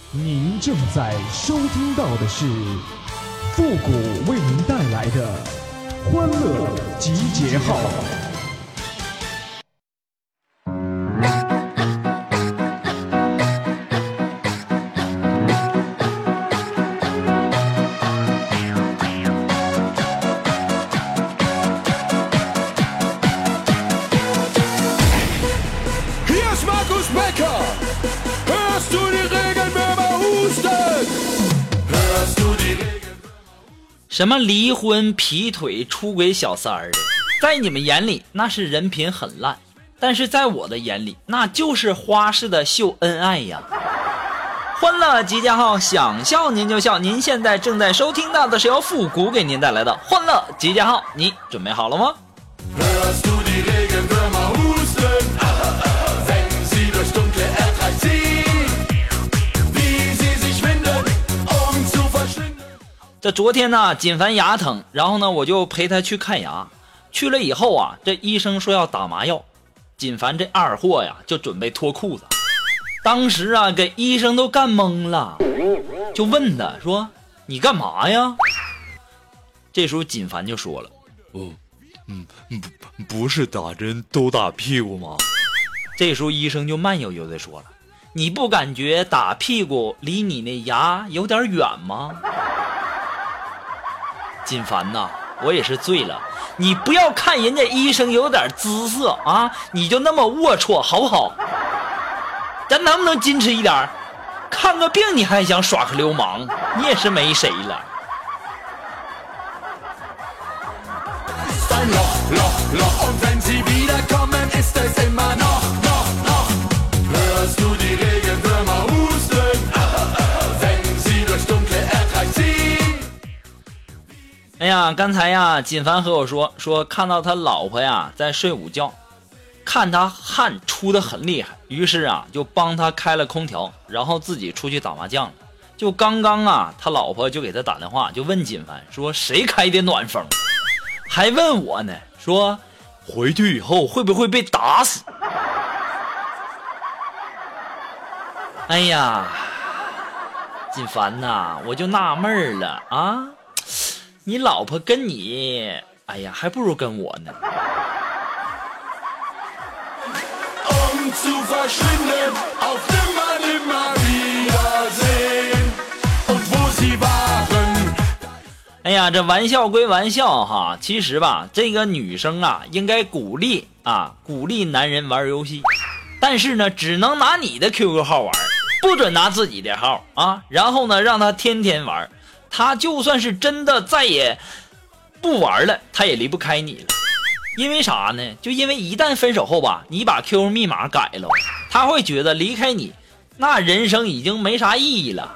您正在收听到的是复古为您带来的欢乐集结号。 什么离婚、劈腿、出轨小三儿的，在你们眼里那是人品很烂，但是在我的眼里那就是花式的秀恩爱呀。欢乐集结号，想笑您就笑。您现在正在收听到的是由复古给您带来的欢乐集结号，你准备好了吗？这昨天呢，锦凡牙疼，然后呢，我就陪他去看牙。去了以后啊，这医生说要打麻药，锦凡这二货呀，就准备脱裤子。当时啊，给医生都干懵了，就问他说：“你干嘛呀？”这时候锦凡就说了：“ 不是打针都打屁股吗？” 这时候医生就慢悠悠的说了：“你不感觉打屁股离你那牙有点远吗？”锦凡呐，我也是醉了，你不要看人家医生有点姿色啊，你就那么龌龊好不好？咱能不能矜持一点？看个病你还想耍个流氓，你也是没谁了。哎呀，刚才呀，锦凡和我说看到他老婆呀在睡午觉，看他汗出得很厉害，于是啊就帮他开了空调，然后自己出去打麻将了。就刚刚啊，他老婆就给他打电话，就问锦凡说谁开的暖风，还问我呢，说回去以后会不会被打死。哎呀，锦凡呐，我就纳闷了啊。你老婆跟你，哎呀，还不如跟我呢。哎呀，这玩笑归玩笑哈，其实吧，这个女生啊，应该鼓励男人玩游戏，但是呢，只能拿你的 QQ 号玩，不准拿自己的号啊。然后呢，让他天天玩。他就算是真的再也不玩了，他也离不开你了。因为啥呢？就因为一旦分手后吧，你把 QQ 密码改了，他会觉得离开你，那人生已经没啥意义了。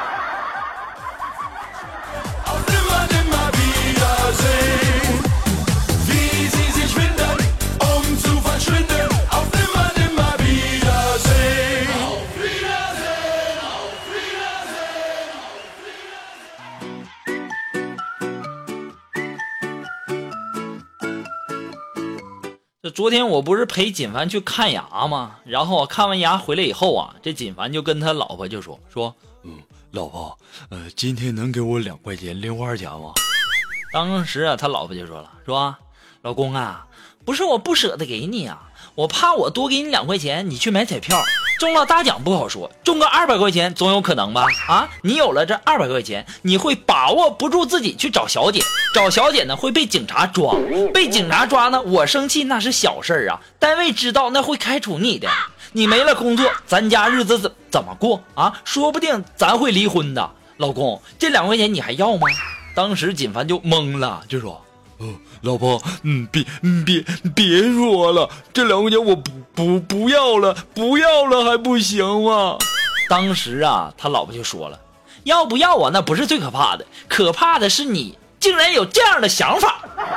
昨天我不是陪锦凡去看牙吗？然后看完牙回来以后啊，这锦凡就跟他老婆就说老婆，今天能给我2块钱零花钱吗？ 当时啊，他老婆就说老公啊，不是我不舍得给你啊，我怕我多给你2块钱，你去买彩票，中了大奖不好说，中个200块钱总有可能吧？啊，你有了这200块钱，你会把握不住自己去找小姐，找小姐呢会被警察抓，被警察抓呢，我生气那是小事啊，单位知道那会开除你的，你没了工作，咱家日子怎么过啊？说不定咱会离婚的。老公，这2块钱你还要吗？当时锦凡就懵了，就说老婆，别说了，这2块钱我不要了，不要了还不行吗？ 当时啊，他老婆就说了，要不要啊，那不是最可怕的，可怕的是你竟然有这样的想法。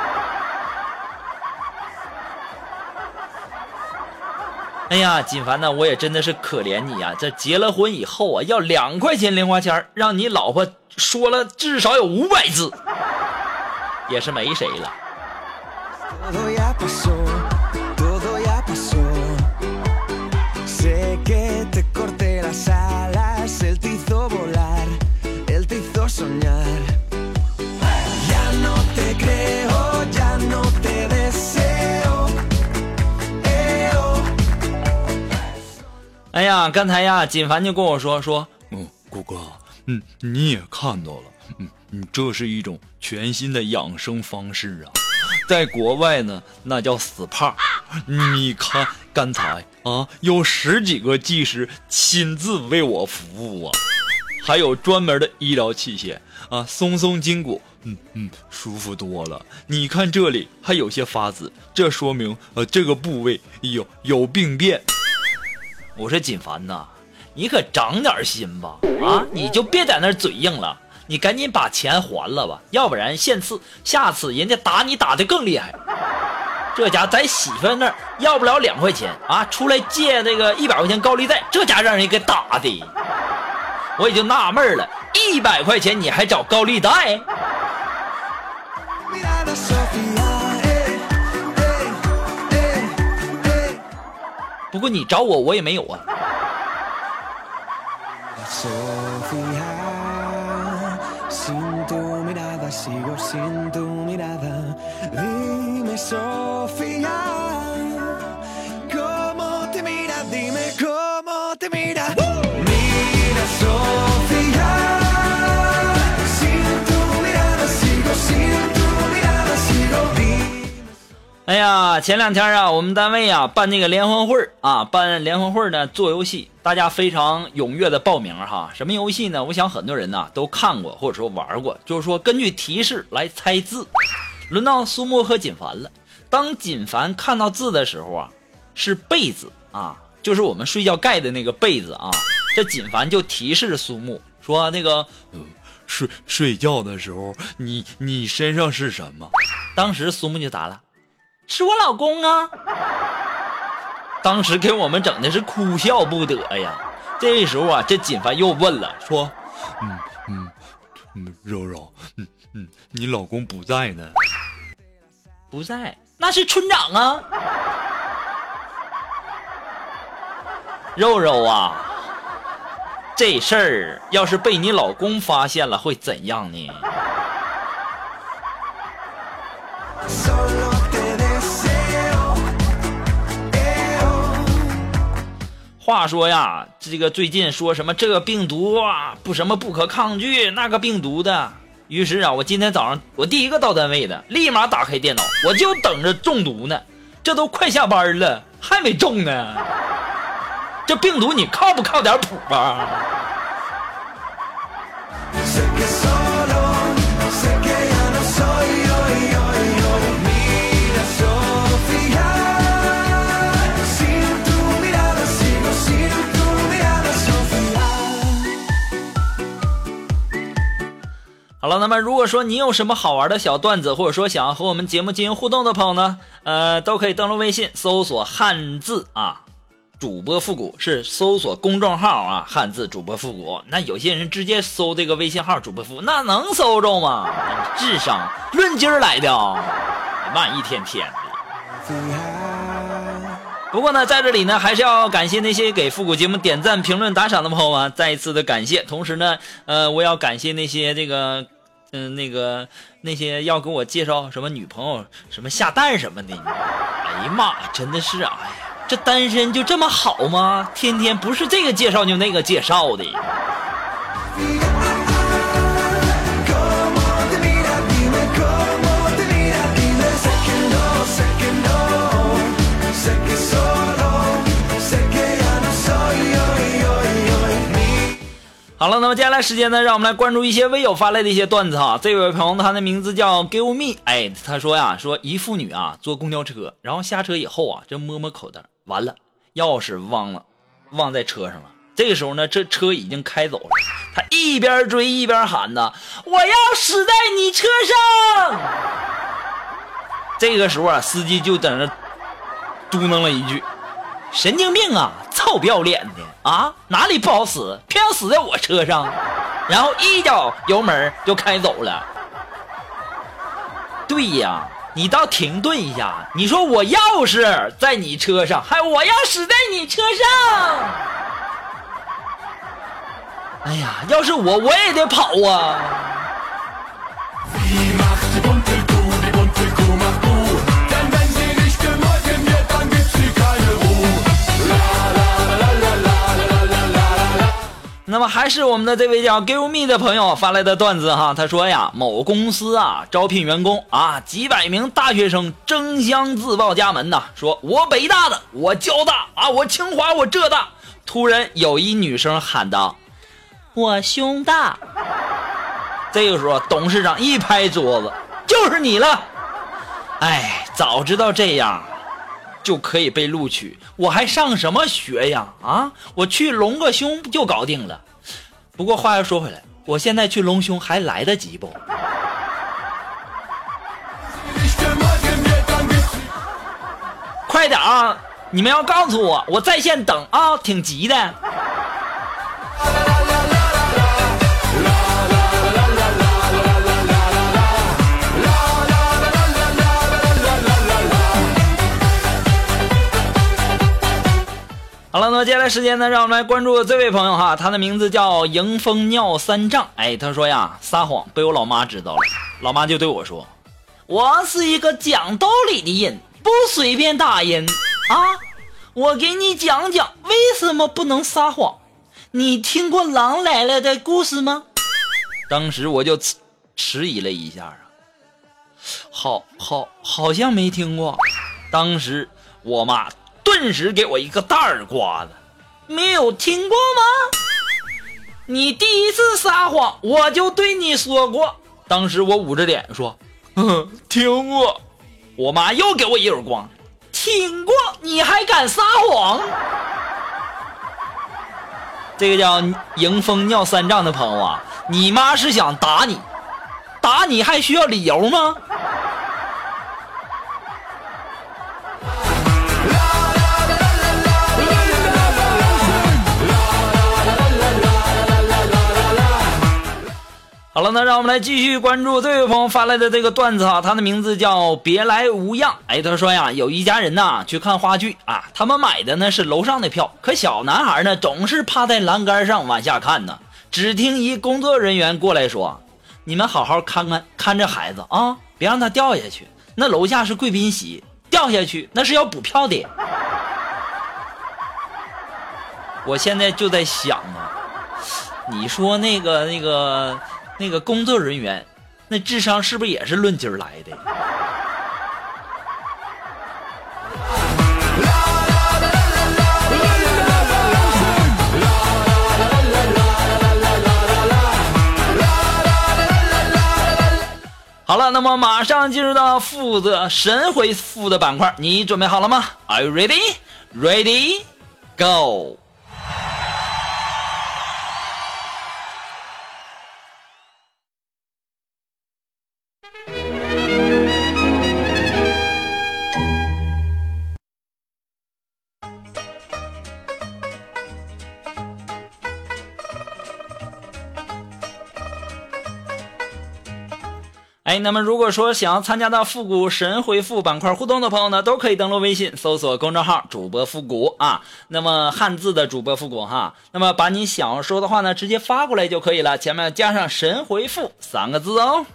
哎呀，锦凡呢，我也真的是可怜你啊！这结了婚以后啊，要2块钱零花钱，让你老婆说了至少有500字，也是没谁了。 Sé que te corté las alas, el tizo 啊，刚才呀，锦凡就跟我说， 谷哥，你也看到了，这是一种全新的养生方式啊，在国外呢，那叫死胖。你看刚才啊，有10几个技师亲自为我服务啊，还有专门的医疗器械啊，松筋骨，舒服多了。你看这里还有些发紫，这说明这个部位有病变。 我说锦凡呐，你可长点心吧，啊，你就别在那嘴硬了，你赶紧把钱还了吧，要不然下次人家打你打得更厉害。这家在媳妇那儿要不了2块钱啊，出来借那个100块钱高利贷，这家让人给打的，我也就纳闷了，100块钱你还找高利贷？不过你找我也没有啊。哎呀，前2天啊，我们单位啊办那个联欢会啊，办联欢会呢做游戏，大家非常踊跃的报名哈。什么游戏呢？我想很多人呢都看过或者说玩过，就是说根据提示来猜字。轮到苏沫和锦凡了。当锦凡看到字的时候啊，是被子啊，就是我们睡觉盖的那个被子啊。这锦凡就提示苏沫说那个睡觉的时候你身上是什么？ 当时苏沫就答了，是我老公啊。当时给我们整的是哭笑不得呀。这时候啊，这锦凡又问了，说柔柔，你老公不在呢？ 不在，那是村长啊。肉肉啊，这事儿要是被你老公发现了会怎样呢？话说呀，这个最近说什么这个病毒啊不可抗拒，那个病毒的。于是啊，我今天早上我第一个到单位的，立马打开电脑，我就等着中毒呢。这都快下班了，还没中呢。这病毒你靠不靠点谱啊？好了，那么如果说你有什么好玩的小段子，或者说想要和我们节目进行互动的朋友呢，都可以登录微信搜索汉字啊，主播复古，是搜索公众号啊，汉字主播复古。那有些人直接搜这个微信号主播复古，那能搜着吗？智商论斤来的啊，慢一天天的。不过呢，在这里呢，还是要感谢那些给复古节目点赞、评论、打赏的朋友们，再一次的感谢。同时呢，我要感谢那些这个。那些要给我介绍什么女朋友什么下蛋什么的，哎呀妈，真的是啊，哎呀，这单身就这么好吗？天天不是这个介绍就那个介绍的。好了，那么接下来时间呢，让我们来关注一些微友发来的一些段子哈。这位朋友他的名字叫 Give Me， 哎，他说呀，说一妇女啊坐公交车，然后下车以后啊，这摸口袋，完了，钥匙忘在车上了。这个时候呢，这车已经开走了，他一边追一边喊呢，我要死在你车上。这个时候啊，司机就在那嘟囔了一句，神经病啊，臭不要脸的啊，哪里不好死，偏要死在我车上，然后一脚油门就开走了。对呀，你倒停顿一下，你说我要是在你车上，还我要死在你车上。哎呀，要是我也得跑啊。 那么还是我们的这位叫 Give Me 的朋友发来的段子哈，他说呀，某公司啊招聘员工啊，几百名大学生争相自报家门呐，说我北大的，我交大啊，我清华，我浙大。突然有一女生喊道：“我胸大。”这个时候董事长一拍桌子：“就是你了！哎，早知道这样就可以被录取，我还上什么学呀？啊，我去隆个胸就搞定了。不过话又说回来，我现在去隆胸还来得及不？快点啊！你们要告诉我，我在线等啊，挺急的。”好了，那么接下来时间呢，让我们来关注这位朋友哈，他的名字叫迎风尿三丈。哎，他说呀，撒谎被我老妈知道了，老妈就对我说，我是一个讲道理的人，不随便打人啊。我给你讲讲为什么不能撒谎。你听过狼来了的故事吗？当时我就迟疑了一下啊，好像没听过。当时我妈顿时给我一个大耳刮子，没有听过吗？你第一次撒谎我就对你说过。当时我捂着脸说，听过。我妈又给我一耳光，听过你还敢撒谎？这个叫迎风尿三丈的朋友啊，你妈是想打你，打你还需要理由吗？好了，那让我们来继续关注这位朋友发来的这个段子哈，他的名字叫别来无恙。哎，他说呀，有一家人呐去看话剧啊，他们买的呢是楼上的票，可小男孩呢总是趴在栏杆上往下看呢。只听一工作人员过来说：“你们好好看着孩子啊，别让他掉下去。那楼下是贵宾席，掉下去那是要补票的。”我现在就在想啊，你说那个工作人员，那智商是不是也是论斤来的？好了，那么马上进入到负责神回复的板块，你准备好了吗？ Are you ready? Ready? Go!哎，那么如果说想要参加到复古神回复板块互动的朋友呢，都可以登录微信搜索公众号主播复古啊，那么汉字的主播复古哈，那么把你想要说的话呢直接发过来就可以了，前面加上神回复3个字哦。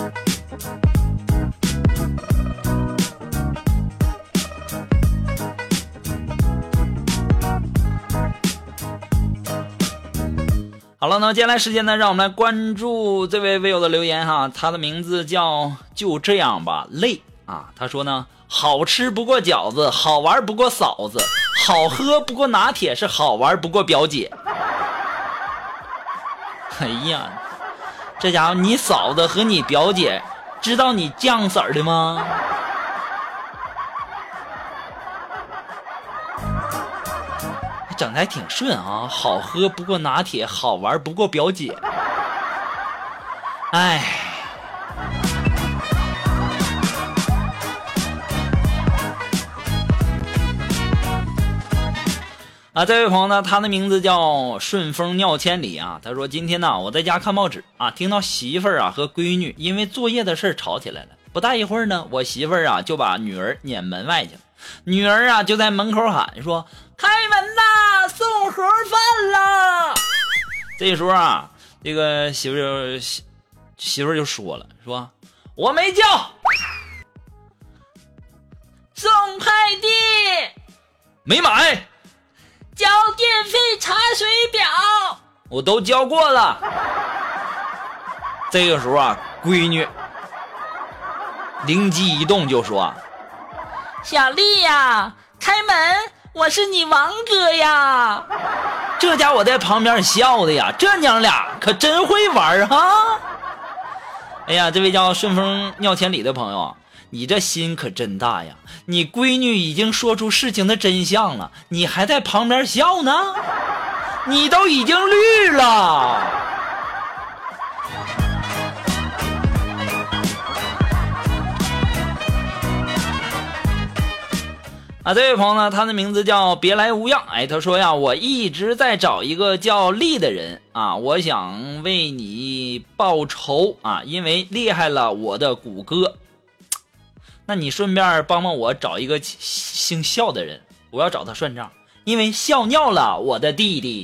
好了，那么接下来时间呢，让我们来关注这位微友的留言哈，他的名字叫就这样吧累啊。他说呢，好吃不过饺子，好玩不过嫂子，好喝不过拿铁，是好玩不过表姐。哎呀，这家伙你嫂子和你表姐知道你酱色儿的吗？整得还挺顺啊，好喝不过拿铁，好玩不过表姐。哎，啊，这位朋友呢，他的名字叫顺风尿千里啊。他说今天呢，我在家看报纸啊，听到媳妇儿啊和闺女因为作业的事吵起来了。不大一会儿呢，我媳妇儿啊就把女儿撵门外去了，女儿啊就在门口喊说：“开门呐，送盒饭啦！”这时候啊，这个媳妇儿就说了，说我没叫，送快递没买， 交电费查水表， 我都教过了。这个时候啊，闺女灵机一动就说：小丽呀，开门，我是你王哥呀。这家伙在旁边笑的呀，这娘俩可真会玩哈。哎呀，这位叫顺风尿千里的朋友，你这心可真大呀，你闺女已经说出事情的真相了，你还在旁边笑呢，你都已经绿了。这位朋友呢，他的名字叫别来无恙。他说呀，我一直在找一个叫丽的人啊，我想为你报仇啊，因为厉害了我的谷歌。那你顺便帮帮我找一个姓笑的人，我要找他算账，因为笑尿了我的弟弟。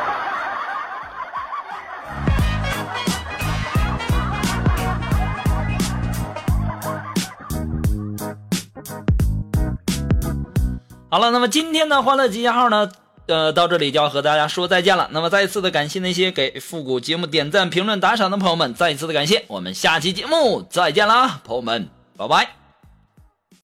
好了，那么今天的欢乐集结号呢，到这里就要和大家说再见了。那么再一次的感谢那些给复古节目点赞、评论、打赏的朋友们，再一次的感谢。我们下期节目再见啦，朋友们，拜拜。